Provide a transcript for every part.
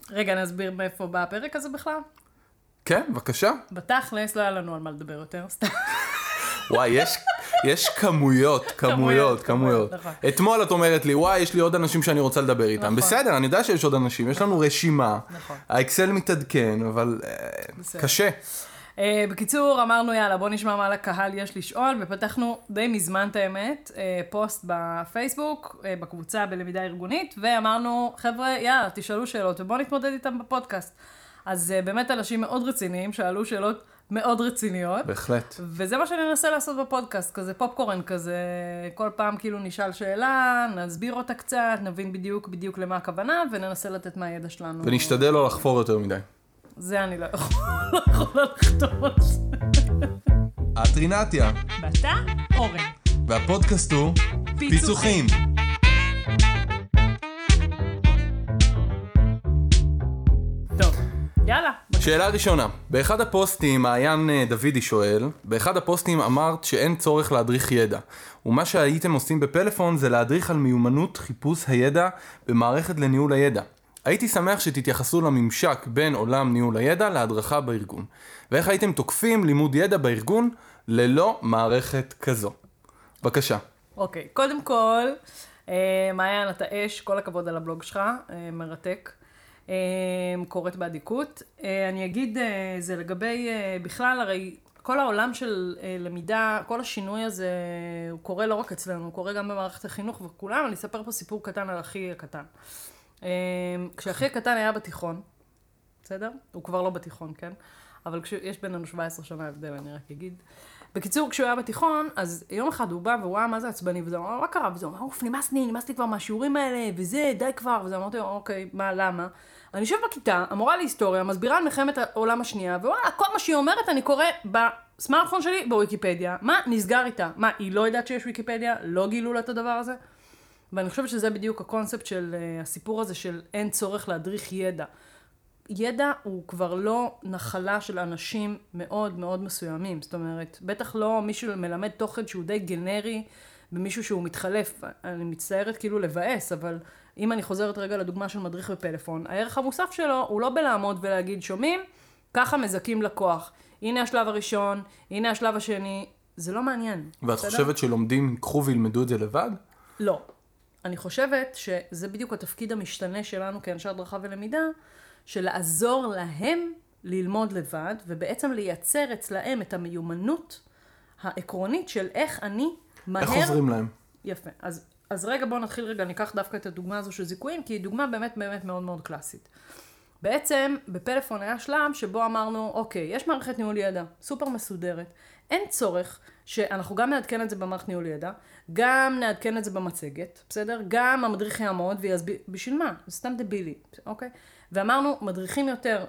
רגע, נסביר מאיפה בא הפרק הזה בכלל? כן, בבקשה. בתכלס, לא היה לנו על מה לדבר יותר, סתם. וואי, יש כמויות. נכון. אתמול את אומרת לי, וואי, יש לי עוד אנשים שאני רוצה לדבר איתם. נכון. בסדר, אני יודע שיש עוד אנשים, יש לנו רשימה. נכון. האקסל מתעדכן, אבל קשה. בקיצור, אמרנו, יאללה, בוא נשמע מה לקהל יש לשאול, ופתחנו די מזמן את האמת, פוסט בפייסבוק, בקבוצה בלמידה ארגונית, ואמרנו, חבר'ה, יאללה, תשאלו שאלות, ובואו נתמודד איתם בפודקאסט. אז באמת אנשים מאוד רציניים, שאלו שאלות מאוד רציניות. בהחלט. וזה מה שאני אנסה לעשות בפודקאסט, כזה פופקורן כזה, כל פעם כאילו נשאל שאלה, נסביר אותה קצת, נבין בדיוק למה הכוונה, וננסה לתת מהידע שלנו. ונשתדל לא לחפור יותר מדי. זה אני לא יכולה לכתוב על זה. את רינתיה. ואתה אורן. והפודקאסט הוא פיצוחים. טוב, יאללה. שאלה ראשונה, באחד הפוסטים, מעיין דוידי שואל, באחד הפוסטים אמרת שאין צורך להדריך ידע, ומה שהייתם עושים בפלאפון זה להדריך על מיומנות חיפוש הידע במערכת לניהול הידע. הייתי שמח שתתייחסו לממשק בין עולם ניהול הידע להדרכה בארגון, ואיך הייתם תוקפים לימוד ידע בארגון ללא מערכת כזו. בבקשה. אוקיי, קודם כל, מעיין, אתה אש, כל הכבוד על הבלוג שלך, מרתק. קוראת באדיקות. אני אגיד, זה לגבי, בכלל, הרי כל העולם של למידה, כל השינוי הזה, הוא קורה לא רק אצלנו, הוא קורה גם במערכת החינוך וכולם. אני אספר פה סיפור קטן על אחי הקטן. כשאחי הקטן היה בתיכון, בסדר? הוא כבר לא בתיכון, כן? אבל יש בינינו 17 שנה הבדל, אני רק אגיד. בקיצור, כשהוא היה בתיכון, אז יום אחד הוא בא והוא מה זה עצבני, וזה אמר, מה קרה? וזה אמר, אוף, נמאס לי כבר מהשיעורים האלה, וזה, די כבר, וזה אמרתי, אוקיי, מה, למה? אני יושב בכיתה, המורה להיסטוריה, מסבירה על מלחמת העולם השנייה, ווואלה, כל מה שהיא אומרת, אני קורא בסמארטפון שלי בוויקיפדיה. מה נסגר איתה? מה, היא לא יודעת שיש ויקיפדיה? לא גילו לה את הדבר הזה? ואני חושבת שזה בדיוק הקונספט של הסיפור הזה של אין צורך להדריך ידע. ידע הוא כבר לא נחלה של אנשים מאוד מאוד מסוימים. זאת אומרת, בטח לא מישהו מלמד תוכן שהוא די גנרי, במישהו שהוא מתחלף. אני מצטערת כאילו לבאס, אבל אם אני חוזרת רגע לדוגמה של מדריך בפלאפון, הערך המוסף שלו הוא לא בלעמוד ולהגיד, שומעים, ככה מזכים לקוח. הנה השלב הראשון, הנה השלב השני. זה לא מעניין. ואת חושבת שלומדים יקחו וילמדו את זה לבד? לא. אני חושבת שזה בדיוק התפקיד המשתנה שלנו כאנשי הדרכה ולמידה, של לעזור להם ללמוד לבד, ובעצם לייצר אצלהם את המיומנות העקרונית של איך אני מהר... איך עוזרים להם? יפה. אז רגע, בואו נתחיל רגע, ניקח דווקא את הדוגמה הזו של זיכויים, כי היא דוגמה באמת מאוד מאוד קלאסית. בעצם, בפלאפון היה שלב שבו אמרנו, אוקיי, יש מערכת ניהול ידע, סופר מסודרת, אין צורך שאנחנו גם נעדכן את זה במערכת ניהול ידע, גם נעדכן את זה במצגת, בסדר? גם המדריך יעמוד ויסביר, בשביל מה? זה סתם דבילי, אוקיי? ואמרנו, מדריכים יותר,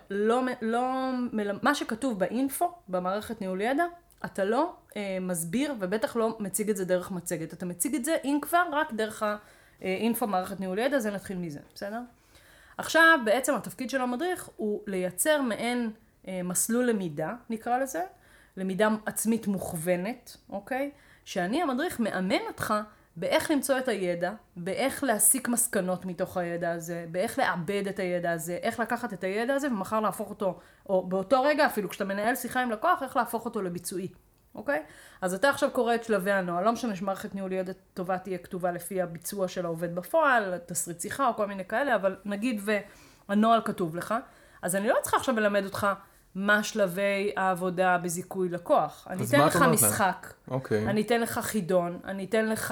מה שכתוב באינפו, במערכת ניהול ידע, אתה לא מסביר ובטח לא מציג את זה דרך מצגת. אתה מציג את זה, אם כבר, רק דרך האינפו מערכת ניהול ידע, זה נתחיל מזה, בסדר? עכשיו, בעצם התפקיד של המדריך הוא לייצר מעין מסלול למידה, נקרא לזה, למידה עצמית מוכוונת, אוקיי? שאני המדריך מאמן אותך באיך למצוא את הידע, באיך להסיק מסקנות מתוך הידע הזה, באיך לעבד את הידע הזה, איך לקחת את הידע הזה ומחר להפוך אותו, או באותו רגע אפילו כשאתה מנהל שיחה עם לקוח, איך להפוך אותו לביצועי, אוקיי? אז אתה עכשיו קורא את שלבי הנוהל, לא משנה שמערכת ניהול ידע טובה תהיה כתובה לפי הביצוע של העובד בפועל, תסריט שיחה או כל מיני כאלה, אבל נגיד והנוהל כתוב לך, אז אני לא צריכה עכשיו ללמד אותך מה שלבי העבודה בזיכוי לקוח. אני אתן לך משחק, אני אתן לך חידון, אני אתן לך...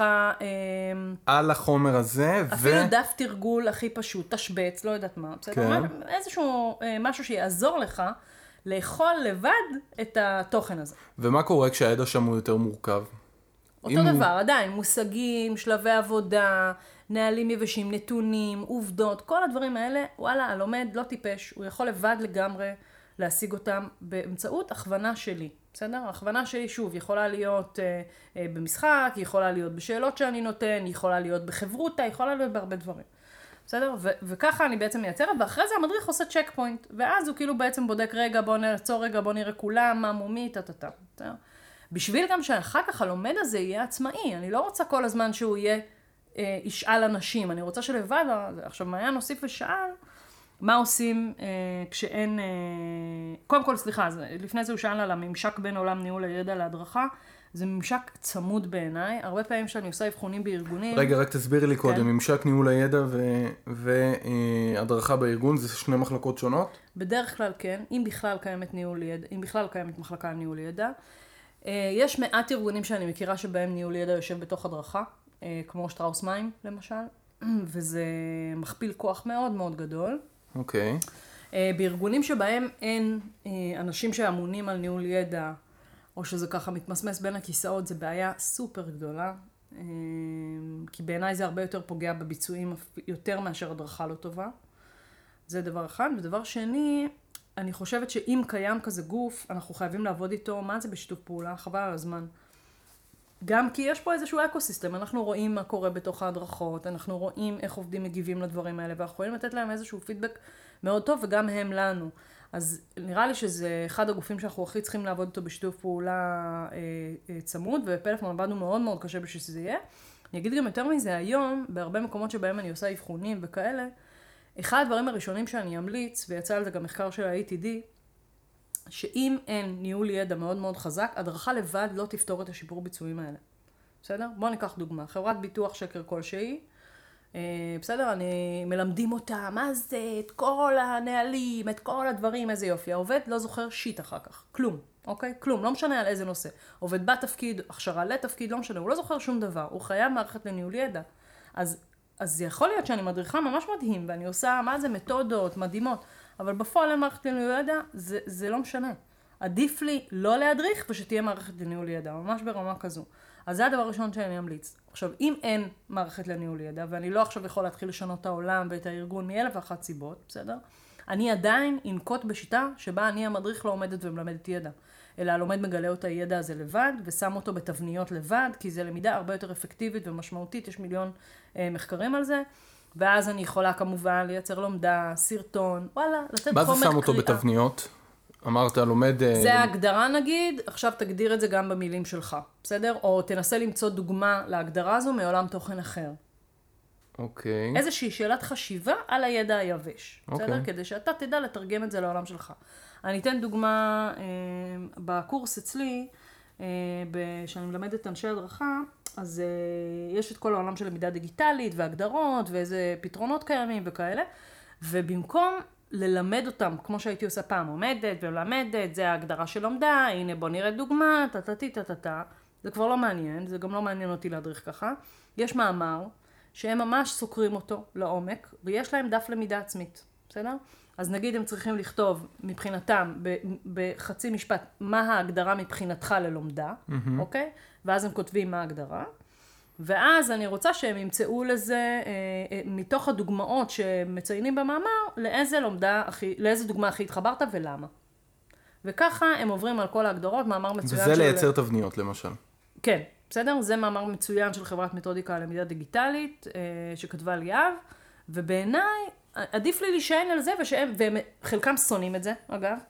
על החומר הזה, אפילו דף תרגול הכי פשוט, תשבץ, לא יודעת מה, בסדר? איזשהו משהו שיעזור לך לאכול לבד את התוכן הזה. ומה קורה כשהידע שם הוא יותר מורכב? אותו דבר, עדיין, מושגים, שלבי עבודה, נהלים יבשים, נתונים, עובדות, כל הדברים האלה, וואלה, הלומד לא טיפש, הוא יכול לבד לגמרי להשיג אותם באמצעות הכוונה שלי, בסדר? הכוונה שלי, שוב, יכולה להיות במשחק, יכולה להיות בשאלות שאני נותן, יכולה להיות בחברותה, יכולה להיות בהרבה דברים. בסדר? וככה אני בעצם מייצרת, ואחרי זה המדריך עושה צ'ק פוינט, ואז הוא כאילו בעצם בודק, רגע, בוא נעצור רגע, בוא נראה כולם, מה מומי, בסדר? בשביל גם שאחר כך הלומד הזה יהיה עצמאי, אני לא רוצה כל הזמן שהוא יהיה ישאל אנשים, אני רוצה שלבד, עכשיו מעיין נוסיף ושאל, מה עושים כשאין... קודם כל, סליחה, לפני זה הוא שאל על הממשק בין עולם ניהול הידע להדרכה. זה ממשק צמוד בעיניי. הרבה פעמים שאני עושה אבחונים בארגונים... רגע, רק תסבירי לי קודם, ממשק ניהול הידע והדרכה בארגון, זה שני מחלקות שונות? בדרך כלל כן, אם בכלל קיימת מחלקה ניהול ידע. יש מעט ארגונים שאני מכירה שבהם ניהול ידע יושב בתוך הדרכה, כמו שטראוס מים למשל, וזה מכפיל כוח מאוד מאוד גדול. אוקיי. בארגונים שבהם אין אנשים שאמונים על ניהול ידע, או שזה ככה מתמסמס בין הכיסאות, זה בעיה סופר גדולה, כי בעיניי זה הרבה יותר פוגע בביצועים יותר מאשר הדרכה לא טובה. זה דבר אחד. ודבר שני, אני חושבת שאם קיים כזה גוף, אנחנו חייבים לעבוד איתו, מה זה בשיתוף פעולה? חבל על הזמן. גם כי יש פה איזשהו אקוסיסטם, אנחנו רואים מה קורה בתוך ההדרכות, אנחנו רואים איך עובדים מגיבים לדברים האלה, ואנחנו יכולים לתת להם איזשהו פידבק מאוד טוב, וגם הם לנו. אז נראה לי שזה אחד הגופים שאנחנו הכי צריכים לעבוד איתו בשיתוף פעולה צמוד, ובפלאפון עבדנו מאוד מאוד קשה בשביל שזה יהיה. אני אגיד גם יותר מזה, היום, בהרבה מקומות שבהם אני עושה אבחונים וכאלה, אחד הדברים הראשונים שאני אמליץ, ויצא על זה גם מחקר של ה-ATD, שאם אין ניהול ידע מאוד מאוד חזק, הדרכה לבד לא תפתור את השיפור ביצועים האלה. בסדר? בואו ניקח דוגמה. חברת ביטוח שקר כלשהי, בסדר? מלמדים אותה, מה זה, את כל הנהלים, את כל הדברים, איזה יופי. העובד לא זוכר שיט אחר כך. כלום, אוקיי? כלום, לא משנה על איזה נושא. עובד בתפקיד, הכשרה לתפקיד, לא משנה, הוא לא זוכר שום דבר. הוא חייב מערכת לניהול ידע. אז יכול להיות שאני מדריכה ממש מדהים, ואני עושה, מה זה, מתודות מדהימות, אבל בפועל אין מערכת לניהול ידע, זה לא משנה. עדיף לי לא להדריך ושתהיה מערכת לניהול ידע, ממש ברמה כזו. אז זה הדבר הראשון שאני אמליץ. עכשיו, אם אין מערכת לניהול ידע, ואני לא עכשיו יכול להתחיל לשנות את העולם ואת הארגון מאלף ואחת סיבות, בסדר? אני עדיין אנקוט בשיטה שבה אני המדריך לא עומדת ומלמדת ידע. אלא הלומד מגלה אותה הידע הזה לבד, ושם אותו בתבניות לבד, כי זה למידה הרבה יותר אפקטיבית ומשמעותית, יש מיליון מחקרים על זה. ואז אני יכולה כמובן לייצר לומדה, סרטון, וואלה, לתת חומר קריאה. מה זה שם אותו בתבניות? אמרת, לומד... זה ההגדרה נגיד, עכשיו תגדיר את זה גם במילים שלך, בסדר? או תנסה למצוא דוגמה להגדרה הזו מעולם תוכן אחר. אוקיי. איזושהי שאלת חשיבה על הידע היבש, בסדר? כדי שאתה תדע לתרגם את זה לעולם שלך. אני אתן דוגמה, בקורס אצלי, שאני מלמדת אנשי הדרכה, אז יש את כל העולם של למידה דיגיטלית והגדרות ואיזה פתרונות קיימים וכאלה, ובמקום ללמד אותם, כמו שהייתי עושה פעם, עומדת ומלמדת, זה ההגדרה של לומדה, הנה בוא נראה דוגמה, טטטטטטטט, זה כבר לא מעניין, זה גם לא מעניין אותי להדריך ככה. יש מאמר שהם ממש סוקרים אותו לעומק, ויש להם דף למידה עצמית, בסדר? אז נגיד הם צריכים לכתוב מבחינתם בחצי משפט מה ההגדרה מבחינתך ללומדה, אוקיי? ואז הם כותבים מה ההגדרה. ואז אני רוצה שהם ימצאו לזה, מתוך הדוגמאות שמציינים במאמר, לאיזה דוגמה הכי התחברת ולמה. וככה הם עוברים על כל ההגדרות, מאמר מצוין וזה לייצר תבניות למשל. כן, בסדר? זה מאמר מצוין של חברת מתודיקה למידה דיגיטלית, שכתבה ליאב, ובעיניי עדיף לי להישען על זה, והם חלקם שונאים את זה, אגב,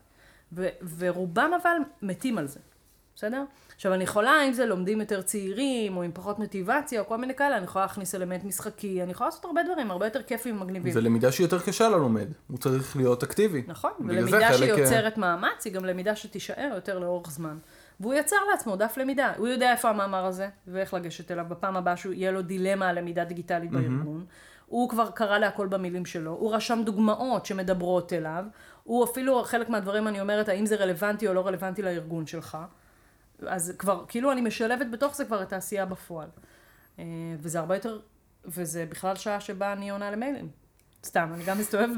ורובם אבל מתים על זה, בסדר? עכשיו, אני יכולה, אם זה לומדים יותר צעירים, או עם פחות מוטיבציה, או כל מיני כאלה, אני יכולה להכניס אלמנט משחקי, אני יכולה לעשות הרבה דברים, הרבה יותר כיפים ומגניבים. זה למידה שהיא יותר קשה ללומד, הוא צריך להיות אקטיבי. נכון, ולמידה שיוצרת מאמץ, היא גם למידה שתישאר יותר לאורך זמן. והוא יצר לעצמו דף למידה, הוא יודע איפה המאמר הזה, ואיך לגשת אליו, בפעם הבאה שיהיה לו דילמה על למידה דיגיטלית בארגון. הוא כבר קרא להכל במילים שלו, הוא רשם דוגמאות שמדברות אליו, הוא אפילו חלק מהדברים אני אומרת, האם זה רלוונטי או לא רלוונטי לארגון שלך. אז כבר, כאילו אני משלבת בתוך זה כבר את העשייה בפועל. וזה הרבה יותר, וזה בכלל שעה שבה אני עונה למיילים. סתם, אני גם מסתובבת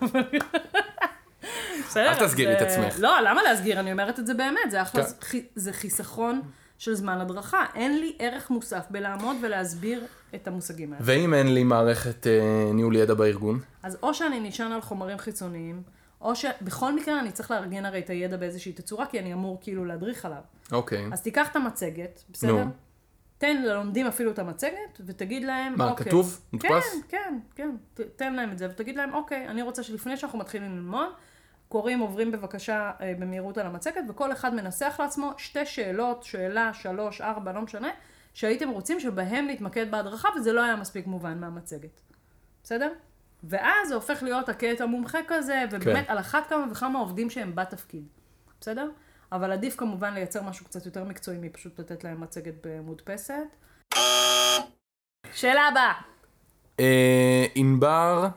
אל תסגירי את עצמך. לא, למה להסגיר? אני אומרת את זה באמת, זה חיסכון של זמן הדרכה. אין לי ערך מוסף בלעמוד ולהסביר את המושגים האלה. ואם אין לי מערכת ניהול ידע בארגון? אז או שאני נשען על חומרים חיצוניים, או שבכל מקרה אני צריך לארגן הרי את הידע באיזושהי תצורה, כי אני אמור כאילו להדריך עליו. אוקיי. אז תיקח את המצגת, בסדר? תן ללומדים אפילו את המצגת, ותגיד להם, מה, אוקיי. כתוב? מודפס? כן. תן להם את זה, ותגיד להם, אוקיי, אני רוצה שלפני שאנחנו מתחילים ללמוד, קוראים, עוברים בבקשה במהירות על המצגת, וכל אחד מנסח לעצמו שתי שאלות, שאלה, 3, 4, לא משנה, שהייתם רוצים שבהם להתמקד בהדרכה, וזה לא היה מספיק מובן מהמצגת. בסדר? ואז זה הופך להיות הקטע מומחה כזה, ובאמת על אחת כמה וכמה עובדים שהם בתפקיד. בסדר? אבל עדיף כמובן לייצר משהו קצת יותר מקצועי, מפשוט לתת להם מצגת במודפסת. שאלה הבאה. ענבר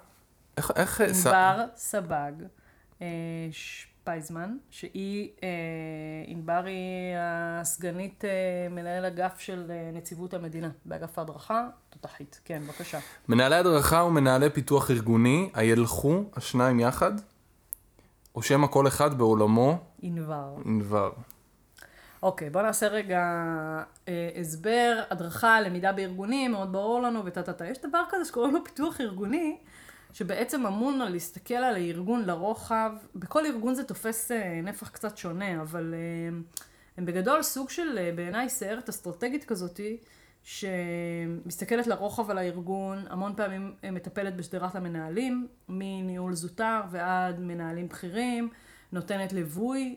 סבג, פייזמן, שהיא, ענבר היא הסגנית מנהל אגף של נציבות המדינה, באגף ההדרכה, תותחית. כן, בבקשה. מנהלי הדרכה ומנהלי פיתוח ארגוני, הילכו השניים יחד? או שמא כל אחד בעולמו? ענבר. אוקיי, בוא נעשה רגע הסבר, הדרכה, למידה בארגונים, מאוד ברור לנו וטטטה. יש דבר כזה שקוראים לו פיתוח ארגוני, שבעצם אמון על להסתכל על הארגון לרוחב. בכל ארגון זה תופס נפח קצת שונה, אבל הם בגדול סוג של בעיניי סיירת אסטרטגית כזאת, שמסתכלת לרוחב על הארגון, המון פעמים מטפלת בשדרת המנהלים, מניהול זוטר ועד מנהלים בכירים, נותנת ליווי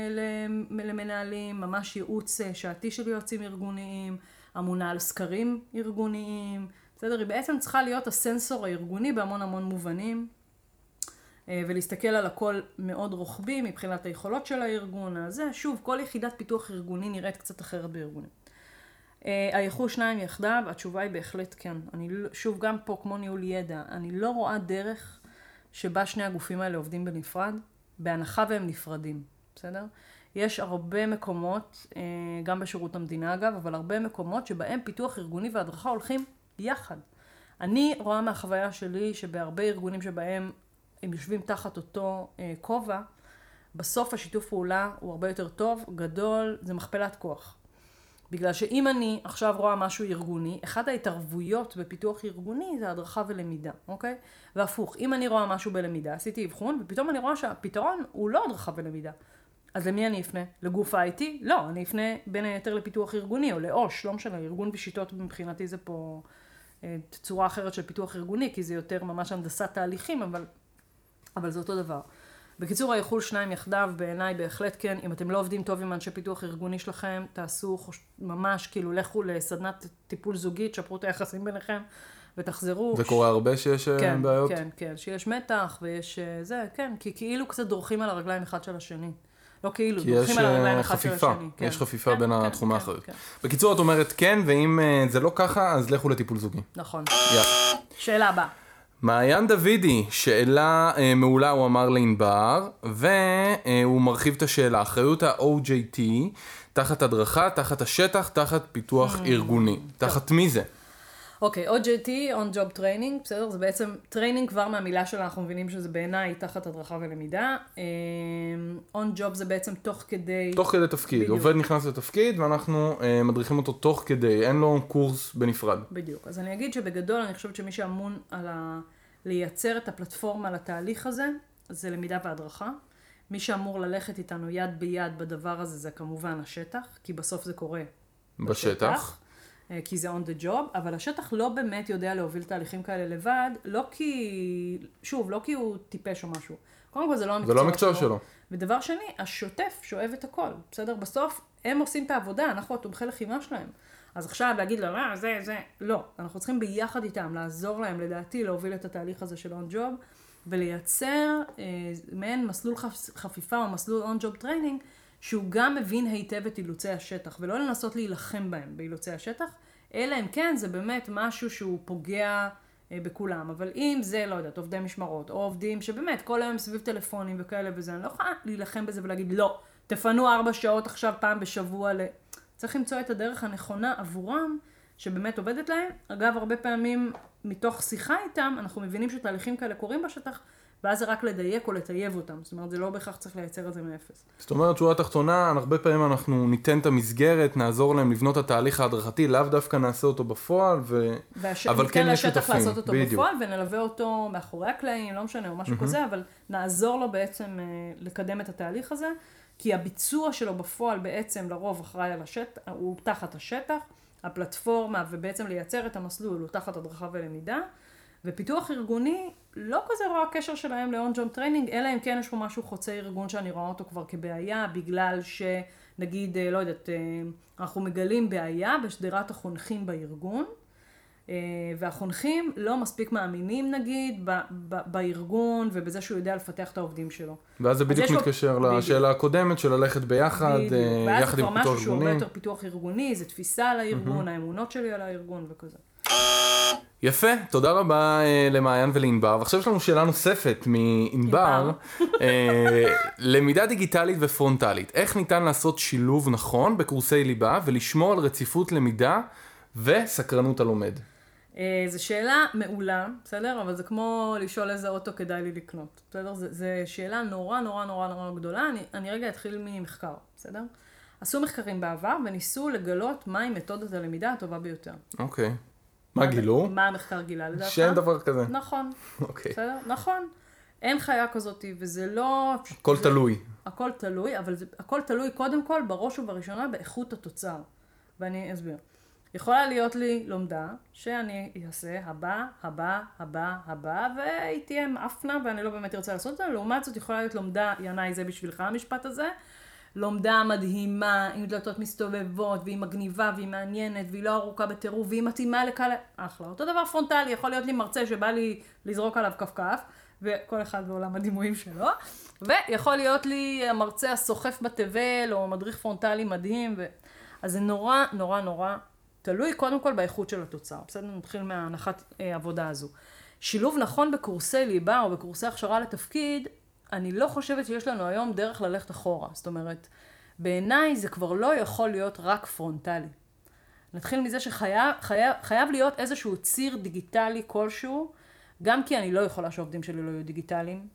למנהלים, ממש ייעוץ שעתי של יועצים ארגוניים, אמונה על סקרים ארגוניים, בסדר? היא בעצם צריכה להיות הסנסור הארגוני בהמון המון מובנים, ולהסתכל על הכל מאוד רוחבי מבחינת היכולות של הארגון הזה. שוב, כל יחידת פיתוח ארגוני נראית קצת אחרת בארגונים. הלכו שניים יחדיו, התשובה היא בהחלט כן. שוב, גם פה כמו ניהול ידע, אני לא רואה דרך שבה שני הגופים האלה עובדים בנפרד, בהנחה והם נפרדים, בסדר? יש הרבה מקומות, גם בשירות המדינה אגב, אבל הרבה מקומות שבהם פיתוח ארגוני והדרכה הולכים יחד. אני רואה מהחוויה שלי שבהרבה ארגונים שבהם הם יושבים תחת אותו כובע, בסוף השיתוף פעולה הוא הרבה יותר טוב, גדול, זה מכפלת כוח. בגלל שאם אני עכשיו רואה משהו ארגוני, אחד ההתערבויות בפיתוח ארגוני זה הדרכה ולמידה, אוקיי? והפוך, אם אני רואה משהו בלמידה, עשיתי אבחון, ופתאום אני רואה שהפתרון הוא לא הדרכה ולמידה. אז למי אני אפנה? לגוף ה-IT? לא, אני אפנה בין היתר לפיתוח ארגוני, או לאוש, לא משנה, ארגון ושיטות מבחינתי זה פה צורה אחרת של פיתוח ארגוני, כי זה יותר ממש הנדסת תהליכים, אבל זה אותו דבר. בקיצור, היכול שניים יחדיו, בעיניי בהחלט כן, אם אתם לא עובדים טוב עם אנשי פיתוח ארגוני שלכם, תעשו ממש, כאילו, לכו לסדנת טיפול זוגית, שפרו את היחסים ביניכם, ותחזרו. זה קורה הרבה שיש בעיות? כן, שיש מתח ויש זה, כן, כי כאילו קצת דורכים על הרגליים אחד של השני. לא כאילו, דורכים על הרגליים אחד של השני. יש חפיפה בין התחום האחריות. בקיצור, את אומרת כן, ואם זה לא ככה, אז לכו לטיפול זוגי. נכון. שאלה הבאה. מעיין דוידי, שאלה מעולה הוא אמר לענבר, והוא מרחיב את השאלה, אחריות ה-OJT, תחת הדרכה, תחת השטח, תחת פיתוח ארגוני. תחת מי זה? אוקיי, OJT, On Job Training, בסדר? זה בעצם טריינינג כבר מהמילה שלה, אנחנו מבינים שזה בעיניי תחת הדרכה ולמידה. On Job זה בעצם תוך כדי... תוך כדי תפקיד, בדיוק. עובד נכנס לתפקיד ואנחנו מדריכים אותו תוך כדי, אין לו קורס בנפרד. בדיוק, אז אני אגיד שבגדול אני חושבת שמי שאמון על לייצר את הפלטפורמה לתהליך הזה, זה למידה והדרכה. מי שאמור ללכת איתנו יד ביד בדבר הזה זה כמובן השטח, כי בסוף זה קורה בשטח. כי זה on the job, אבל השטח לא באמת יודע להוביל תהליכים כאלה לבד, לא כי, שוב, לא כי הוא טיפש או משהו. קודם כל זה לא המקצוע שלו. זה לא המקצוע שלו. ודבר שני, השוטף שואב את הכל, בסדר? בסוף הם עושים את העבודה, אנחנו התומכי לחימה שלהם. אז עכשיו להגיד לו, זה, לא. אנחנו צריכים ביחד איתם לעזור להם, לדעתי, להוביל את התהליך הזה של on job, ולייצר מעין מסלול חפיפה או מסלול on job training, שהוא גם מבין היטב את אילוצי השטח, ולא לנסות להילחם בהם באילוצי השטח, אלא אם כן זה באמת משהו שהוא פוגע בכולם. אבל אם זה, לא יודעת, עובדי משמרות, או עובדים שבאמת כל היום סביב טלפונים וכאלה וזה, אני לא יכולה להילחם בזה ולהגיד, לא, תפנו 4 שעות עכשיו פעם בשבוע. צריך למצוא את הדרך הנכונה עבורם, שבאמת עובדת להם. אגב, הרבה פעמים מתוך שיחה איתם, אנחנו מבינים שתהליכים כאלה קורים בשטח, ואז זה רק לדייק או לטייב אותם. זאת אומרת, זה לא בהכרח צריך לייצר את זה מאפס. זאת אומרת, שורה תחתונה, הרבה פעמים אנחנו ניתן את המסגרת, נעזור להם לבנות את התהליך ההדרכתי, לאו דווקא נעשה אותו בפועל, אבל כן יש שותפים. לעשות אותו בפועל, ונלווה אותו מאחורי הקלעים, לא משנה, או משהו כזה, אבל נעזור לו בעצם לקדם את התהליך הזה, כי הביצוע שלו בפועל בעצם לרוב אחראי על השטח, הוא תחת השטח, הפלטפורמה, ובעצם לייצר את המסלול, הוא תחת הדרכה ולמידה, ופיתוח ארגוני לא כזה רואה קשר שלהם ל-on job training, אלא אם כן יש פה משהו חוצה ארגון שאני רואה אותו כבר כבעיה, בגלל שנגיד, לא יודעת, אנחנו מגלים בעיה בשדרת החונכים בארגון, והחונכים לא מספיק מאמינים נגיד בארגון ובזה שהוא יודע לפתח את העובדים שלו. ואז זה בדיוק מתקשר לשאלה הקודמת של ללכת ביחד, יחד עם פיתוח ארגוני. ואז זה כבר משהו שהוא הרבה יותר פיתוח ארגוני, זה תפיסה על הארגון, האמונות שלי על הארגון וכזה. יפה, תודה רבה למעיין ולענבר. ועכשיו יש לנו שאלה נוספת מענבר. למידה דיגיטלית ופרונטלית. איך ניתן לעשות שילוב נכון בקורסי ליבה ולשמור על רציפות למידה וסקרנות הלומד? זו שאלה מעולה, בסדר? אבל זה כמו לשאול איזה אוטו כדאי לי לקנות. בסדר? זו שאלה נורא נורא נורא נורא גדולה. אני רגע אתחיל ממחקר, בסדר? עשו מחקרים בעבר וניסו לגלות מהי מתודת הלמידה הטובה ביותר. אוקיי. מה גילו? מה המחקר גילה לדעתך? שאין דבר כזה. נכון. אוקיי. בסדר? נכון. אין חיה כזאת, וזה לא... הכל תלוי. הכל תלוי, אבל הכל תלוי קודם כל בראש ובראשונה באיכות התוצר. ואני אסביר. יכולה להיות לי לומדה שאני אעשה הבא, והיא תהיה מאפנה ואני לא באמת ארצה לעשות את זה. לעומת זאת יכולה להיות לומדה, ינאי זה בשבילך המשפט הזה, לומדה מדהימה, עם דלתות מסתובבות, והיא מגניבה, והיא מעניינת, והיא לא ארוכה בטירוף, והיא מתאימה לקהל... אחלה. אותו דבר פרונטלי, יכול להיות לי מרצה שבא לי לזרוק עליו כפכף, וכל אחד בעולם הדימויים שלו, ויכול להיות לי המרצה הסוחף בתבל, או מדריך פרונטלי מדהים, אז זה נורא, נורא, נורא תלוי קודם כל באיכות של התוצר. בסדר, נתחיל מההנחת עבודה הזו. שילוב נכון בקורסי ליבה או בקורסי הכשרה לתפקיד, אני לא חושבת שיש לנו היום דרך ללכת אחורה. זאת אומרת, בעיניי זה כבר לא יכול להיות רק פרונטלי. נתחיל מזה שחייב להיות איזשהו ציר דיגיטלי כלשהו, גם כי אני לא יכולה שהעובדים שלי לא יהיו דיגיטליים,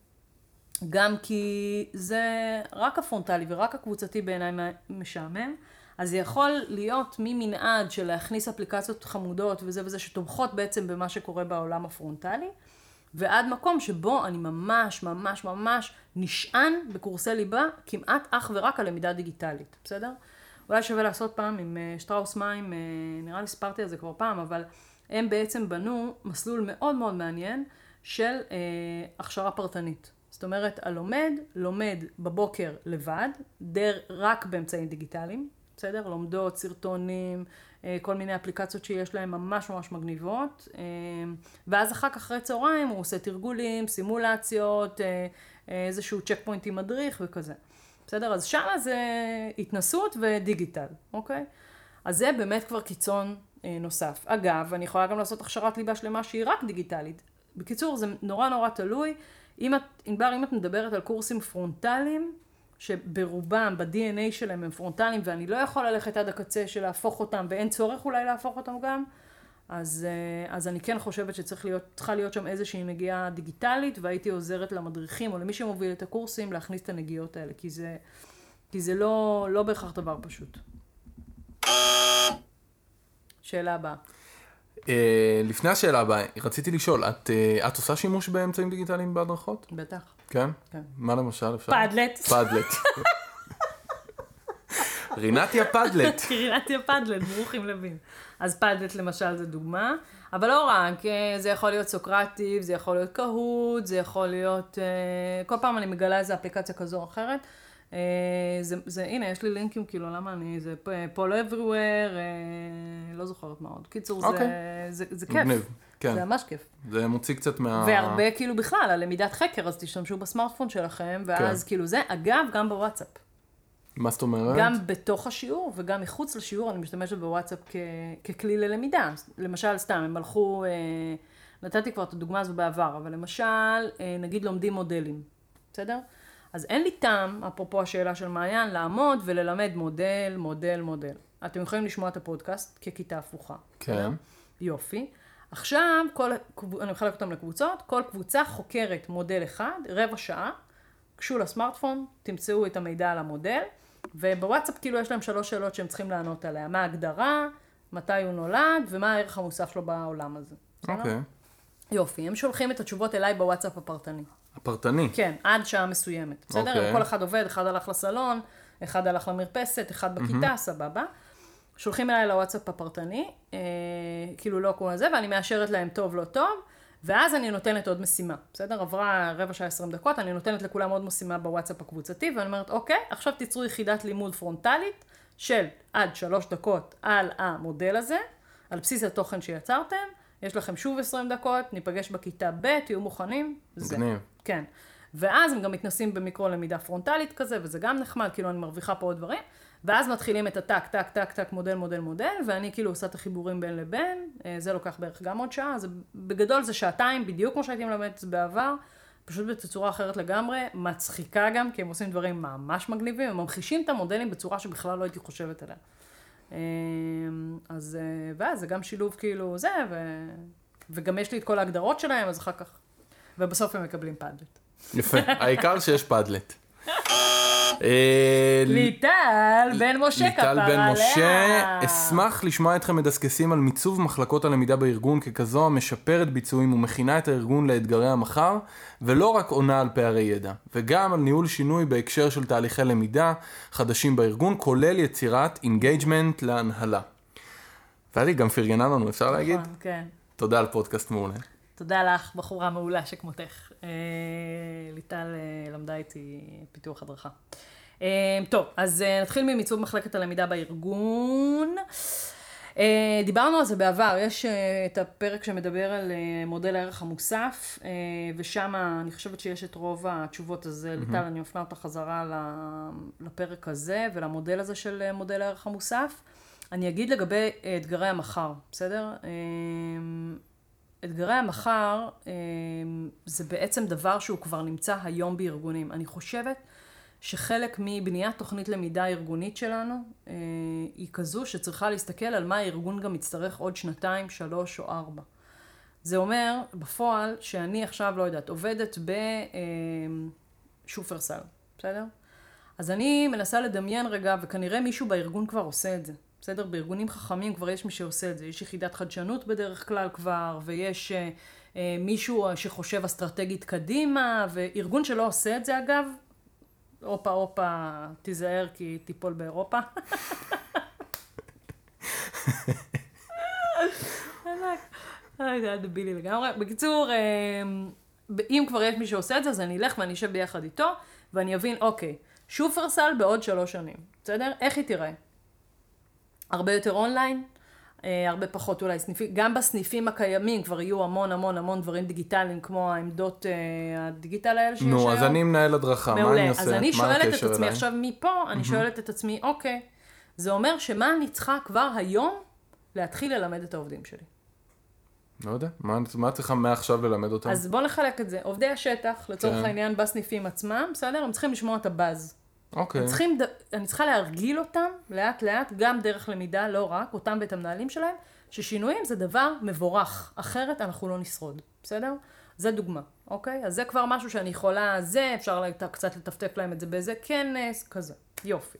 גם כי זה רק הפרונטלי ורק הקבוצתי בעיניי משעמם, אז זה יכול להיות ממנעד של להכניס אפליקציות חמודות וזה וזה שתומכות בעצם במה שקורה בעולם הפרונטלי, ועד מקום שבו אני ממש ממש ממש נשען בקורסי ליבה כמעט אך ורק על למידה דיגיטלית, בסדר? אולי שווה לעשות פעם עם שטראוס מים, נראה לי ספרתי על זה כבר פעם, אבל הם בעצם בנו מסלול מאוד מאוד מעניין של הכשרה פרטנית. זאת אומרת, הלומד לומד בבוקר לבד, רק באמצעים דיגיטליים, בסדר? לומדות, סרטונים, כל מיני אפליקציות שיש להם ממש ממש מגניבות, ואז אחרי צהריים הוא עושה תרגולים, סימולציות, איזשהו צ'ק פוינט עם מדריך וכזה. בסדר? אז שם זה התנסות ודיגיטל, אוקיי? אז זה באמת כבר קיצון נוסף. אגב, אני יכולה גם לעשות הכשרת ליבה שלמה שהיא רק דיגיטלית. בקיצור, זה נורא נורא תלוי. אם את מדברת על קורסים פרונטליים, שברובם, ב-DNA שלהם הם פרונטליים, ואני לא יכול ללכת עד הקצה של להפוך אותם, ואין צורך אולי להפוך אותם גם, אז אני כן חושבת צריכה להיות שם איזושהי נגיעה דיגיטלית, והייתי עוזרת למדריכים, או למי שמוביל את הקורסים, להכניס את הנגיעות האלה, כי זה לא בהכרח דבר פשוט. שאלה הבאה. לפני השאלה הבאה, רציתי לשאול, את עושה שימוש באמצעים דיגיטליים בהדרכות? בטח. כן? כן. מה למשל אפשר? פאדלט. פאדלט. רינתיה פאדלט. רינתיה פאדלט, ברוכים לוין. אז פאדלט למשל זה דוגמה, אבל לא רק, זה יכול להיות סוקרטיב, זה יכול להיות קהות, זה יכול להיות, כל פעם אני מגלה איזו אפליקציה כזו או אחרת, הנה, יש לי לינקים, כאילו, למה זה פול אבריוור, לא זוכרת מה עוד. קיצור, זה כיף. כן. זה ממש כיף. זה מוציא קצת והרבה כאילו בכלל, על למידת חקר, אז תשתמשו בסמארטפון שלכם, ואז כאילו זה, אגב, גם בוואטסאפ. מה זאת אומרת? גם בתוך השיעור וגם מחוץ לשיעור, אני משתמשת בוואטסאפ ככלי ללמידה. למשל, סתם, הם הלכו, נתתי כבר את הדוגמה הזו בעבר, אבל למשל, נגיד לומדים מודלים. בסדר? אז אין לי טעם, אפרופו השאלה של מעיין, לעמוד וללמד מודל. אתם יכולים לשמוע את הפודקאסט ככיתה הפוכה. כן. יופי. עכשיו, אני מחלק אותם לקבוצות, כל קבוצה חוקרת מודל אחד, רבע שעה, קשו לסמארטפון, תמצאו את המידע על המודל, ובוואטסאפ כאילו יש להם 3 שאלות שהם צריכים לענות עליה. מה ההגדרה, מתי הוא נולד, ומה הערך המוסף שלו בעולם הזה. אוקיי. יופי, הם שולחים את התשובות אליי בוואטסאפ הפרטני. הפרטני? כן, עד שעה מסוימת. בסדר? אוקיי. כל אחד עובד, אחד הלך לסלון, אחד הלך למרפסת, אחד בכיתה, סבבה. שולחים אליי לוואטסאפ הפרטני, כאילו לא כמו זה, ואני מאשרת להם טוב, לא טוב, ואז אני נותנת עוד משימה. בסדר? עברה רבע שעה 20 דקות, אני נותנת לכולם עוד משימה בוואטסאפ הקבוצתי, ואני אומרת, אוקיי, עכשיו תיצרו יחידת לימוד פרונטלית של עד 3 דקות על המודל הזה, על בסיס התוכן שיצרתם, יש לכם שוב 20 דקות, ניפגש בכיתה ב', תהיו מוכנים. מגניב. כן. ואז הם גם מתנסים במיקרו למידה פרונטלית כזה, וזה גם נחמד, כאילו אני מרוויחה פה עוד דברים. ואז מתחילים את הטק, טק, טק, טק, מודל, מודל, מודל, ואני כאילו עושה את החיבורים בין לבין, זה לוקח בערך גם עוד שעה, בגדול זה שעתיים, בדיוק כמו שהייתי מלמדת בעבר, פשוט בצורה אחרת לגמרי, מצחיקה גם, כי הם עושים דברים ממש מגניבים, הם ממחישים את המודלים בצורה שבכלל לא הייתי חושבת עליה. אז, ואז זה גם שילוב כאילו זה, וגם יש לי את כל ההגדרות שלהם, אז אחר כך, ובסוף הם מקבלים פאדלט. יפה, העיקר שיש פאדלט. ליטל בן משה כפרה עליה. ליטל בן משה, אשמח לשמוע אתכם מדסקסים על מיצוב מחלקות הלמידה בארגון ככזו המשפרת ביצועים ומכינה את הארגון לאתגרי המחר, ולא רק עונה על פערי ידע, וגם על ניהול שינוי בהקשר של תהליכי למידה חדשים בארגון, כולל יצירת אינגייג'מנט להנהלה. ואלי גם פרגנה לנו, אפשר להגיד? כן. תודה על פודקאסט מעולה. תודה לך, בחורה מעולה שכמותך. ליטל למדה איתי פיתוח הדרכה. טוב, אז נתחיל ממיצוב מחלקת הלמידה בארגון. דיברנו על זה בעבר, יש את הפרק שמדבר על מודל הערך המוסף, ושם אני חושבת שיש את רוב התשובות הזה. ליטל, אני מפנה אותה חזרה לפרק הזה ולמודל הזה של מודל הערך המוסף. אני אגיד לגבי אתגרי המחר, בסדר? אתגרי המחר זה בעצם דבר שהוא כבר נמצא היום בארגונים. אני חושבת שחלק מבניית תוכנית למידה ארגונית שלנו היא כזו שצריכה להסתכל על מה הארגון גם יצטרך עוד 2, 3 או 4. זה אומר בפועל שאני עכשיו, לא יודעת, עובדת בשופרסל, בסדר? אז אני מנסה לדמיין רגע, וכנראה מישהו בארגון כבר עושה את זה. בסדר? בארגונים חכמים כבר יש מי שעושה את זה. יש יחידת חדשנות בדרך כלל כבר, ויש מישהו שחושב אסטרטגית קדימה, וארגון שלא עושה את זה אגב, אופה, תיזהר כי תיפול באירופה. זה היה דבילי לגמרי. בקיצור, אם כבר יש מי שעושה את זה, אז אני אלך ואני אשב ביחד איתו, ואני אבין, אוקיי, שופרסל בעוד 3 שנים. בסדר? איך היא תראה? הרבה יותר אונליין, הרבה פחות אולי סניפים, גם בסניפים הקיימים כבר יהיו המון דברים דיגיטליים, כמו העמדות הדיגיטל האלה שיש היום. נו, אז אני מנהל הדרכה, מה אני עושה? אז אני שואלת את עצמי עכשיו מפה, אני שואלת את עצמי, אוקיי, זה אומר שמה אני צריכה כבר היום להתחיל ללמד את העובדים שלי? לא יודע, מה צריכה מעכשיו ללמד אותם? אז בוא נחלק את זה. עובדי השטח, לצורך העניין בסניפים עצמם, בסדר? הם צריכים לשמוע את הבאז. אוקיי. אני צריכה להרגיל אותם לאט לאט, גם דרך למידה, לא רק, אותם ואת המנהלים שלהם, ששינויים זה דבר מבורך, אחרת אנחנו לא נשרוד, בסדר? זה דוגמה, אוקיי? אז זה כבר משהו שאני יכולה, זה אפשר קצת לטפטף להם את זה באיזה כנס, כזה, יופי.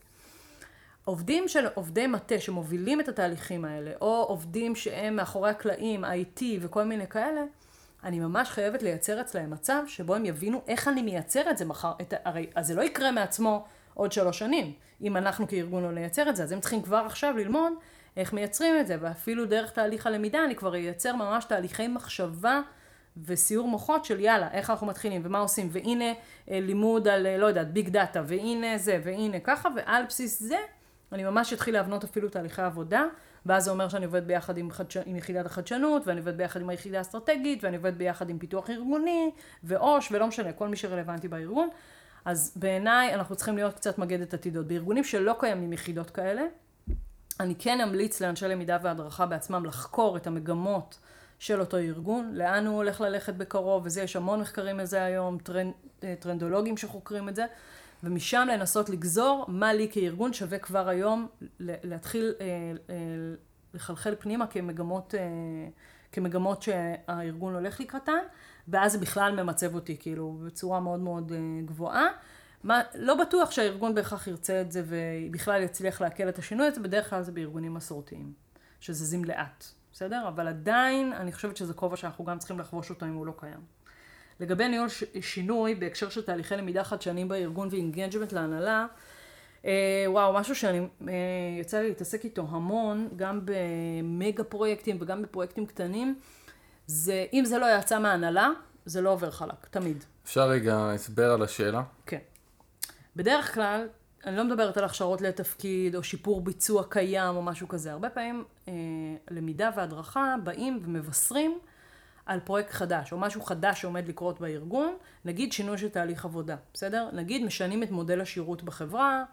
עובדי מטה שמובילים את התהליכים האלה, או עובדים שהם מאחורי הקלעים, IT וכל מיני כאלה, אני ממש חייבת לייצר אצלהם מצב שבו הם יבינו איך אני מייצר את זה מחר. הרי, אז זה לא יקרה מעצמו עוד 3 שנים. אם אנחנו כארגון לא נייצר את זה, אז הם צריכים כבר עכשיו ללמוד איך מייצרים את זה. ואפילו דרך תהליך הלמידה אני כבר אייצר ממש תהליכי מחשבה וסיור מוחות של יאללה, איך אנחנו מתחילים ומה עושים. והנה לימוד על, לא יודעת, ביג דאטה, והנה זה, והנה ככה, ועל בסיס זה אני ממש אתחיל להבנות אפילו תהליכי עבודה. ואז זה אומר שאני עובד ביחד עם יחידת החדשנות, ואני עובד ביחד עם היחידה האסטרטגית, ואני עובד ביחד עם פיתוח ארגוני, ואוש, ולא משנה, כל מי שרלוונטי בארגון. אז בעיניי אנחנו צריכים להיות קצת מגדת עתידות. בארגונים שלא קיימים יחידות כאלה, אני כן אמליץ לאנשי למידה והדרכה בעצמם לחקור את המגמות של אותו ארגון, לאן הוא הולך ללכת בקרוב, וזה יש המון מחקרים לזה היום, טרנדולוגים שחוקרים את זה, ומשם לנסות לגזור מה לי כארגון שווה כבר היום להתחיל לחלחל פנימה כמגמות שהארגון הולך לקראתן, ואז זה בכלל ממצב אותי כאילו בצורה מאוד מאוד גבוהה. לא בטוח שהארגון בהכרח ירצה את זה ובכלל יצליח להקל את השינוי הזה, בדרך כלל זה בארגונים מסורתיים, שזה זזים לאט, בסדר? אבל עדיין אני חושבת שזה כובע שאנחנו גם צריכים לחבוש אותו אם הוא לא קיים. לגבי ניהול שינוי בהקשר של תהליכי למידה חדשניים בארגון ואינגייג'מנט להנהלה, וואו, משהו שאני יצא לי להתעסק איתו המון, גם במגה פרויקטים וגם בפרויקטים קטנים, זה אם זה לא יצא מההנהלה, זה לא עובר חלק, תמיד. אפשר רגע הסבר על השאלה? כן. בדרך כלל, אני לא מדברת על הכשרות לתפקיד, או שיפור ביצוע קיים, או משהו כזה. הרבה פעמים למידה והדרכה באים ומבשרים על פרויקט חדש, או משהו חדש שעומד לקרות בארגון, נגיד שינוי של תהליך עבודה, בסדר? נגיד משנים את מודל השירות בחברה,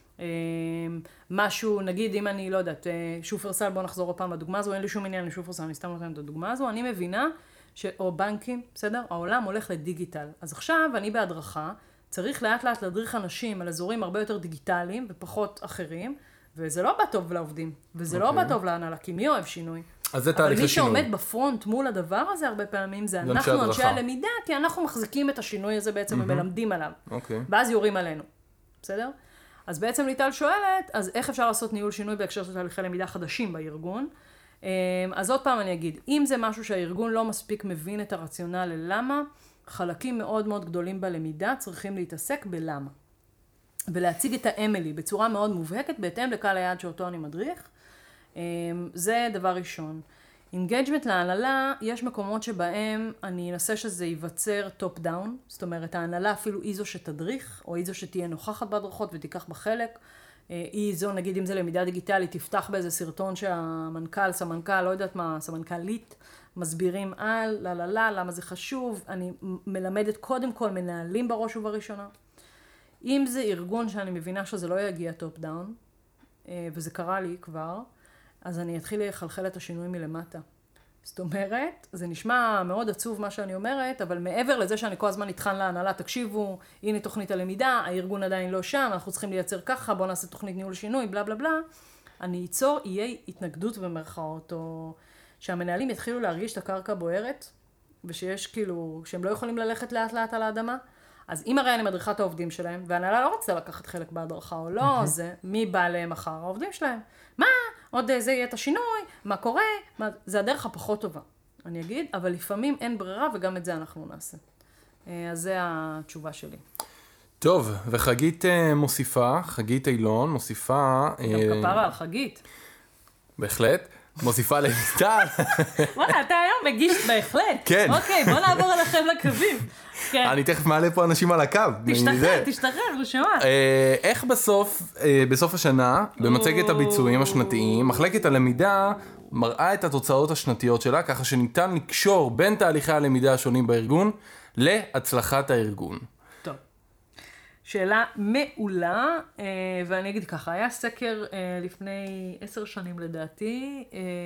משהו, נגיד אם אני לא יודעת, שופרסל, בוא נחזור עוד פעם לדוגמה הזו, אין לי שום עניין לשופרסל, אני סתם נותנת את הדוגמה הזו, אני מבינה, או בנקים, בסדר? העולם הולך לדיגיטל. אז עכשיו אני בהדרכה, צריך לאט לאט להדריך אנשים על אזורים הרבה יותר דיגיטליים ופחות אחרים, וזה לא בא טוב לעובדים, וזה לא בא טוב להנהלה, כי מי אוהב שינוי? אז זה תהליך השינוי. אבל מי שעומד בפרונט מול הדבר הזה הרבה פעמים, זה אנחנו אנשי הלמידה, כי אנחנו מחזיקים את השינוי הזה בעצם ומלמדים עליו. ואז יורים עלינו. בסדר? אז בעצם ליטל שואלת, אז איך אפשר לעשות ניהול שינוי בהקשר של תהליכי למידה חדשים בארגון? אז עוד פעם אני אגיד, אם זה משהו שהארגון לא מספיק מבין את הרציונל ללמה, חלקים מאוד מאוד גדולים בלמידה צריכים להתעסק בלמה. ולהציג את האמילי בצורה מאוד מובהקת, בהתאם לקהל היעד שאותו אני מדריך. זה דבר ראשון. אינגייג'מנט להנהלה, יש מקומות שבהם אני אנסה שזה ייווצר טופ דאון, זאת אומרת ההנהלה אפילו היא זו שתדריך, או היא זו שתהיה נוכחת בהדרכות ותיקח בחלק. היא זו, נגיד אם זה למידה דיגיטלית, תפתח באיזה סרטון שהמנכ"ל, סמנכ"ל, לא יודעת מה, סמנכ"לית, מסבירים על, למה זה חשוב. אני מלמדת קודם כל מנהלים בראש ובראשונה. אם זה ארגון שאני מבינה שזה לא יגיע טופ דאון, וזה קרה לי כבר, אז אני אתחיל לחלחל את השינוי מלמטה. זאת אומרת, זה נשמע מאוד עצוב מה שאני אומרת, אבל מעבר לזה שאני כל הזמן נתחן להנהלה, תקשיבו, הנה תוכנית הלמידה, הארגון עדיין לא שם, אנחנו צריכים לייצר ככה, בואו נעשה תוכנית ניהול שינוי, בלה בלה בלה, אני אצור איי התנגדות במרכאות, או שהמנהלים יתחילו להרגיש את הקרקע בוערת, ושיש כאילו, שהם לא יכולים ללכת לאט לאט על האדמה, אז אם הרי אני מדריכה את העובדים שלהם, וההנהלה לא רוצה לקחת חלק בהדרכה או לא, זה מי בא להם מחר? העובדים שלהם. מה? עוד זה יהיה את השינוי? מה קורה? זה הדרך הפחות טובה, אני אגיד, אבל לפעמים אין ברירה וגם את זה אנחנו נעשה. אז זה התשובה שלי. טוב, וחגית מוסיפה, חגית אילון מוסיפה... גם כפרה על חגית. בהחלט. מוסיפה לליטל. וואלה, אתה היום מגיש בהחלט. כן. אוקיי, בוא נעבור עליכם לקווים. אני תכף מעלה פה אנשים על הקו. תשתחרר, רשמה. איך בסוף השנה, במצגת הביצועים השנתיים, מחלקת הלמידה מראה את התוצאות השנתיות שלה, ככה שניתן לקשור בין תהליכי הלמידה השונים בארגון להצלחת הארגון. טוב. שאלה מעולה, ואני אגיד ככה, היה סקר לפני 10 שנים לדעתי,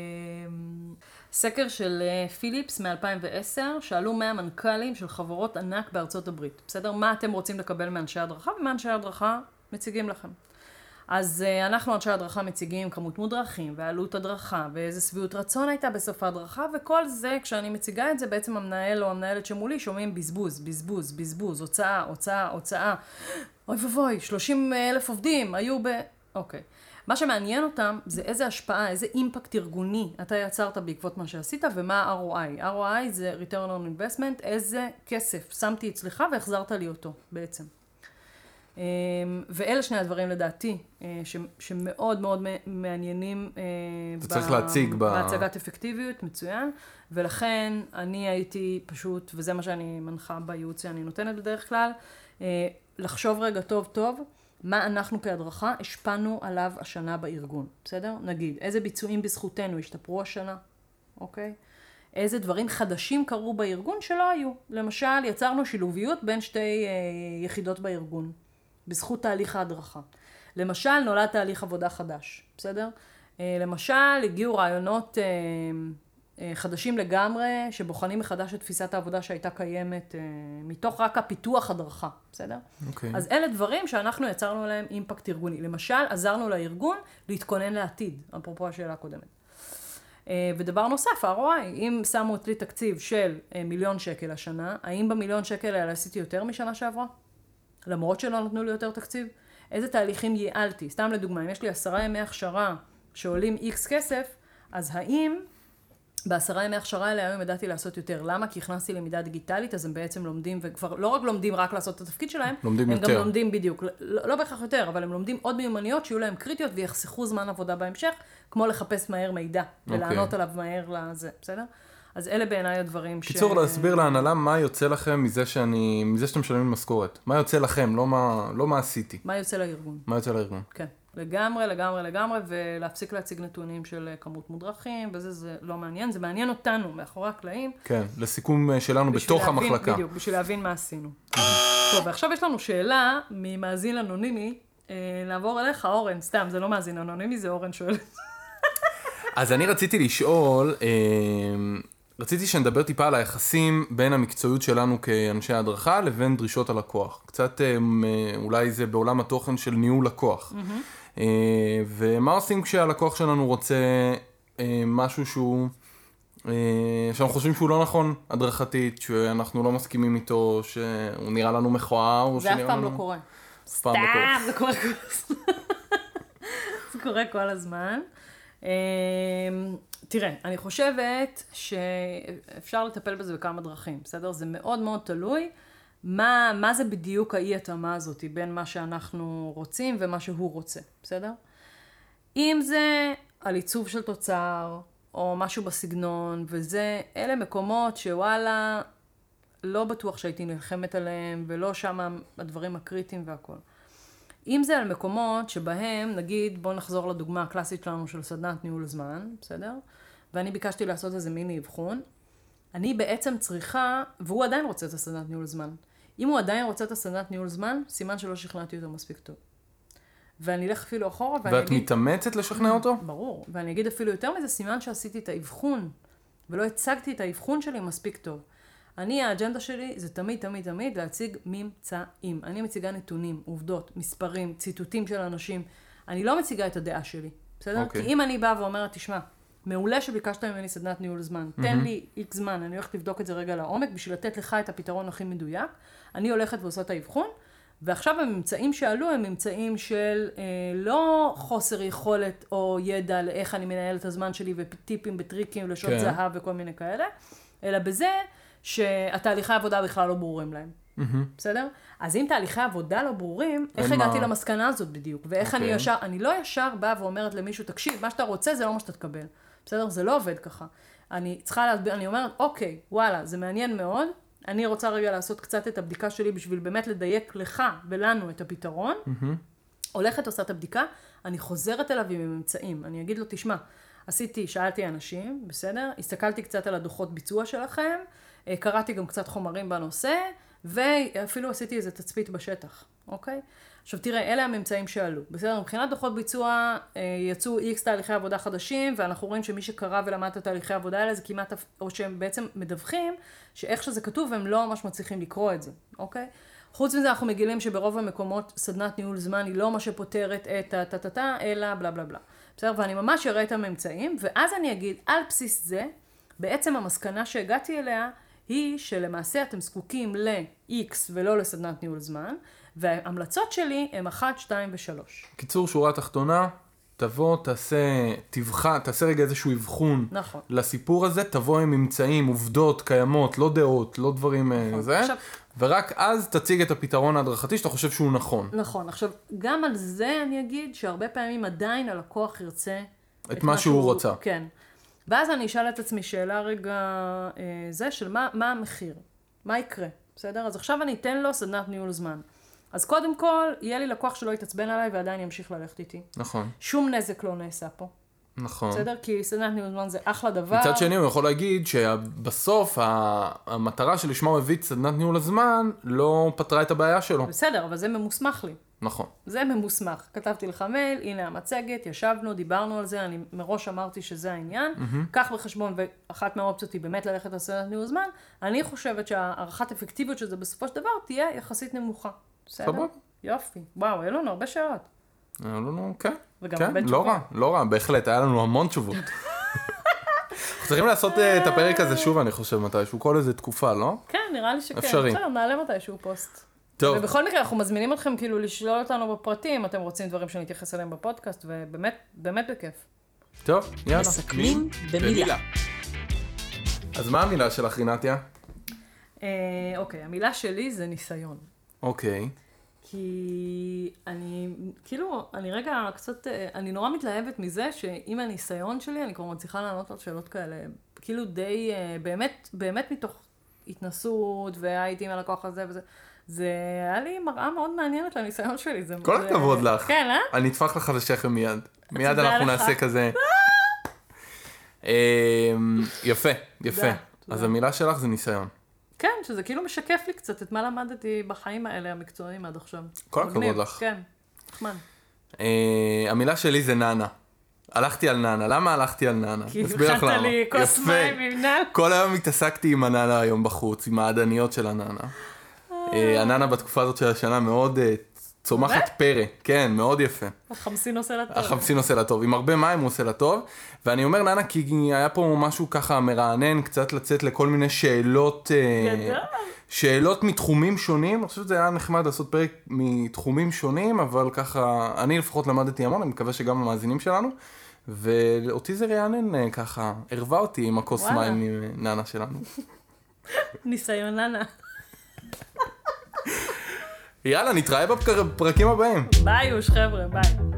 סקר של פיליפס מ-2010, שאלו 100 מנכ"לים של חברות ענק בארצות הברית. בסדר? מה אתם רוצים לקבל מאנשי הדרכה, ומה אנשי הדרכה מציגים לכם. אז אנחנו אנשי הדרכה מציגים כמות מודרכים, ועלות הדרכה, ואיזה סביעות רצון הייתה בסוף ההדרכה, וכל זה, כשאני מציגה את זה, בעצם המנהל או המנהלת שמולי שומעים בזבוז, בזבוז, בזבוז, הוצאה, הוצאה, הוצאה. אוי ובוי, 30,000 עובדים היו אוקיי. מה שמעניין אותם זה איזה השפעה, איזה אימפקט ארגוני אתה יצרת בעקבות מה שעשית, ומה ה-ROI. ROI זה Return on Investment, איזה כסף שמתי אצלך והחזרת לי אותו בעצם. ואלה שני הדברים לדעתי, שמאוד מאוד מעניינים צריך להציג בהצגת אפקטיביות, מצוין, ולכן אני הייתי פשוט, וזה מה שאני מנחה בייעוץ שאני נותנת בדרך כלל, לחשוב רגע טוב טוב, מה אנחנו כהדרכה השפענו עליו השנה בארגון, בסדר? נגיד, איזה ביצועים בזכותנו השתפרו השנה, אוקיי? איזה דברים חדשים קרו בארגון שלא היו. למשל, יצרנו שילוביות בין שתי יחידות בארגון, בזכות תהליך ההדרכה. למשל, נולד תהליך עבודה חדש, בסדר? למשל, הגיעו רעיונות חדשים לגמרי, שבוחנים מחדש את תפיסת העבודה שהייתה קיימת, מתוך רק הפיתוח הדרכה, בסדר? אוקיי. אז אלה דברים שאנחנו יצרנו להם אימפקט ארגוני. למשל, עזרנו לארגון להתכונן לעתיד, אפרופו השאלה הקודמת. ודבר נוסף, ה-ROI, אם שמו לי תקציב של 1,000,000 שקל השנה, האם ב1,000,000 שקל האלה עשיתי יותר משנה שעברה? למרות שלא נתנו לי יותר תקציב? איזה תהליכים ייעלתי? סתם לדוגמה, אם יש לי 10 ימי הכשרה שעולים X כסף, אז האם ב10 ימי הכשרה האלה היום ידעתי לעשות יותר? למה? כי הכנסתי למידה דיגיטלית, אז הם בעצם לומדים, וכבר לא רק לומדים רק לעשות את התפקיד שלהם, לומדים הם יותר. גם לומדים בדיוק, לא בהכרח יותר, אבל הם לומדים עוד מיומנויות שיהיו להם קריטיות ויחסכו זמן עבודה בהמשך, כמו לחפש מהר מידע, ולענות עליו מהר לזה, בסדר? אז אלה בעיניי הדברים קיצור, להסביר להנהלה מה יוצא לכם מזה שאתם משלמים משכורת. מה יוצא לכם, לא מה עשיתי. מה יוצא לארגון. מה יוצא לארגון. כן, לגמרי, ולהפסיק להציג נתונים של כמות מודרכים, וזה זה לא מעניין, זה מעניין אותנו מאחורי הקלעים. כן, לסיכום שלנו בתוך המחלקה. בדיוק, בשביל להבין מה עשינו. טוב, ועכשיו יש לנו שאלה ממאזין אנונימי, לעבור אליך, אורן, סתם, זה לא מאזין אנונימי, זה אורן שואל. אז אני רציתי לשאול, רציתי שנדבר טיפה על היחסים בין המקצועיות שלנו כאנשי הדרכה לבין דרישות הלקוח. קצת אולי זה בעולם התוכן של ניהול לקוח. ומה עושים כשהלקוח שלנו רוצה משהו שאנחנו חושבים שהוא לא נכון הדרכתית, שאנחנו לא מסכימים איתו, שהוא נראה לנו מכוער. זה אף פעם לא קורה. סתם, זה קורה כל הזמן. זה קורה כל הזמן. תראה, אני חושבת שאפשר לטפל בזה בכמה דרכים, בסדר? זה מאוד מאוד תלוי מה זה בדיוק האי-התאמה הזאת בין מה שאנחנו רוצים ומה שהוא רוצה, בסדר? אם זה על עיצוב של תוצר או משהו בסגנון, אלה מקומות שוואלה, לא בטוח שהייתי נלחמת עליהם ולא שם הדברים הקריטיים והכל. אם זה על מקומות שבהם, נגיד, בוא נחזור לדוגמה הקלאסית שלנו של סדנת ניהול זמן, בסדר? ואני ביקשתי לעשות איזה מיני אבחון. אני בעצם צריכה, והוא עדיין רוצה את הסדנת ניהול זמן. אם הוא עדיין רוצה את הסדנת ניהול זמן, סימן שלא שכנעתי אותו מספיק טוב. ואני אלך אפילו אחורה ואני ואת מתאמצת לשכנע אותו? ברור. ואני אגיד אפילו יותר מזה, סימן שעשיתי את האבחון, ולא הצגתי את האבחון שלי מספיק טוב. האג'נדה שלי זה תמיד להציג ממצאים. אני מציגה נתונים, עובדות, מספרים, ציטוטים של אנשים. אני לא מציגה את הדעה שלי, בסדר? כי אם אני באה ואומרת, תשמע, מעולה שביקשת ממני סדנת ניהול זמן, תן לי איקס זמן, אני הולכת לבדוק את זה רגע לעומק, בשביל לתת לך את הפתרון הכי מדויק. אני הולכת ועושה את האבחון, ועכשיו הממצאים שעלו הם ממצאים של לא חוסר יכולת או ידע לאיך אני מנהל את הזמן שלי וטיפים וטריקים לשעות זהב וכל מיני כאלה, אלא בזה שהתהליכי העבודה בכלל לא ברורים להם. בסדר? אז אם תהליכי העבודה לא ברורים, איך הגעתי למסקנה הזאת בדיוק? ואיך אני לא ישר באה ואומרת למישהו, תקשיב, מה שאתה רוצה זה לא מה שאתה תקבל. בסדר? זה לא עובד ככה. אני צריכה להסביר, אני אומרת, אוקיי, וואלה, זה מעניין מאוד. אני רוצה רגע לעשות קצת את הבדיקה שלי בשביל באמת לדייק לך ולנו את הפתרון. הולכת עושה את הבדיקה, אני חוזרת אליו עם הממצאים. אני אגיד לו, תשמע, שאלתי אנשים, בסדר? הסתכלתי קצת על הדוחות ביצוע שלכם, קראתי גם קצת חומרים בנושא, ואפילו עשיתי איזה תצפית בשטח, אוקיי? עכשיו תראה, אלה הממצאים שעלו. בסדר, מבחינת דוחות ביצוע יצאו X תהליכי עבודה חדשים, ואנחנו רואים שמי שקרא ולמד את התהליכי העבודה האלה, זה כמעט, או שהם בעצם מדווחים, שאיך שזה כתוב, הם לא ממש מצליחים לקרוא את זה, אוקיי? חוץ מזה אנחנו מגילים שברוב המקומות סדנת ניהול זמן היא לא מה שפותרת את הטטטה, אלא בלה בלה בלה. בסדר, ואני ממש אראה את הממצאים, ואז אני אגיד, על בסיס זה, בעצם המסקנה שהגעתי אליה, היא שלמעשה אתם זקוקים ל-X ולא לסדנת ניהול זמן, וההמלצות שלי הן 1, 2 ו-3. קיצור, שורה תחתונה, תבוא, תעשה רגע איזשהו אבחון נכון. לסיפור הזה, תבוא עם ממצאים, עובדות, קיימות, לא דעות, לא דברים נכון. זה, עכשיו, ורק אז תציג את הפתרון ההדרכתי שאתה חושב שהוא נכון. נכון, עכשיו, גם על זה אני אגיד שהרבה פעמים עדיין הלקוח ירצה את מה שהוא רוצה. כן. ואז אני אשאל את עצמי שאלה רגע של מה המחיר? מה יקרה? בסדר? אז עכשיו אני אתן לו סדנת ניהול זמן. אז קודם כל, יהיה לי לקוח שלא יתעצבן עליי ועדיין ימשיך ללכת איתי. נכון. שום נזק לא נעשה פה. נכון. בסדר? כי סדנת ניהול זמן זה אחלה דבר. מצד שני, הוא יכול להגיד שבסוף המטרה שלשמה הוא הביא את סדנת ניהול הזמן לא פתרה את הבעיה שלו. בסדר, אבל זה ממוסמך לי. נכון. זה ממוסמך. כתבתי לך מייל, הנה המצגת, ישבנו, דיברנו על זה, אני מראש אמרתי שזה העניין. כך בחשבון, ואחת מהאופציות היא באמת ללכת לסדנת ניהול זמן. אני חושבת שהערכת אפקטיביות של זה בסופו של דבר תהיה יחסית נמוכה. סבבה. יופי. וואו, היה לנו הרבה שאלות. היה לנו, כן. וגם כן, לא רע, בהחלט, היה לנו המון תשובות. אנחנו צריכים לעשות את הפרק הזה שוב, אני חושב, מתישהו, כל איזה תקופה, לא? כן, נראה לי שכן. אפשרי. בסדר, נעלה מתישהו פוסט. טוב. ובכל מקרה, אנחנו מזמינים אתכם כאילו לשלול אותנו בפרטים, אתם רוצים דברים שאני אתייחס אליהם בפודקאסט, ובאמת, באמת בכיף. טוב, יאללה. מסכמים במילה. אז מה המילה שלך, רינתיה? אוקיי, המילה שלי זה ניסיון. אוקיי. כי אני רגע קצת, אני נורא מתלהבת מזה שעם הניסיון שלי, אני כבר מצליחה לענות על שאלות כאלה כאילו די, באמת מתוך התנסות, והייתי עם הלקוח הזה וזה, זה היה לי מראה מאוד מעניינת לניסיון שלי. כל הכבוד לך. כן, אני אטפח לך לשכם מיד. מיד אנחנו נעשה כזה. יפה. אז המילה שלך זה ניסיון. כן, שזה כאילו משקף לי קצת את מה למדתי בחיים האלה, המקצועיים עד עכשיו. כל הכבוד לך. כן, נחמד. המילה שלי זה ננה. הלכתי על ננה. למה הלכתי על ננה? כי הכנת לי כוס מים עם ננה. כל היום התעסקתי עם הננה היום בחוץ, עם העדניות של הננה. הננה בתקופה הזאת של השנה מאוד צומחת פרא. כן, מאוד יפה. החמסין עושה לה טוב. החמסין עושה לה טוב. עם הרבה מים הוא עושה לה טוב. ואני אומר ננה כי היה פה משהו ככה מרענן, קצת לצאת לכל מיני שאלות. שאלות מתחומים שונים. אני חושב שזה היה נחמד לעשות פרק מתחומים שונים, אבל ככה, אני לפחות למדתי המון, אני מקווה שגם המאזינים שלנו. ואותי זה רענן ככה, הרווה אותי עם הכוס מים עם ננה שלנו. ניסיון ננה. יאללה, נתראה בפרקים הבאים. ביי, חבר'ה, ביי.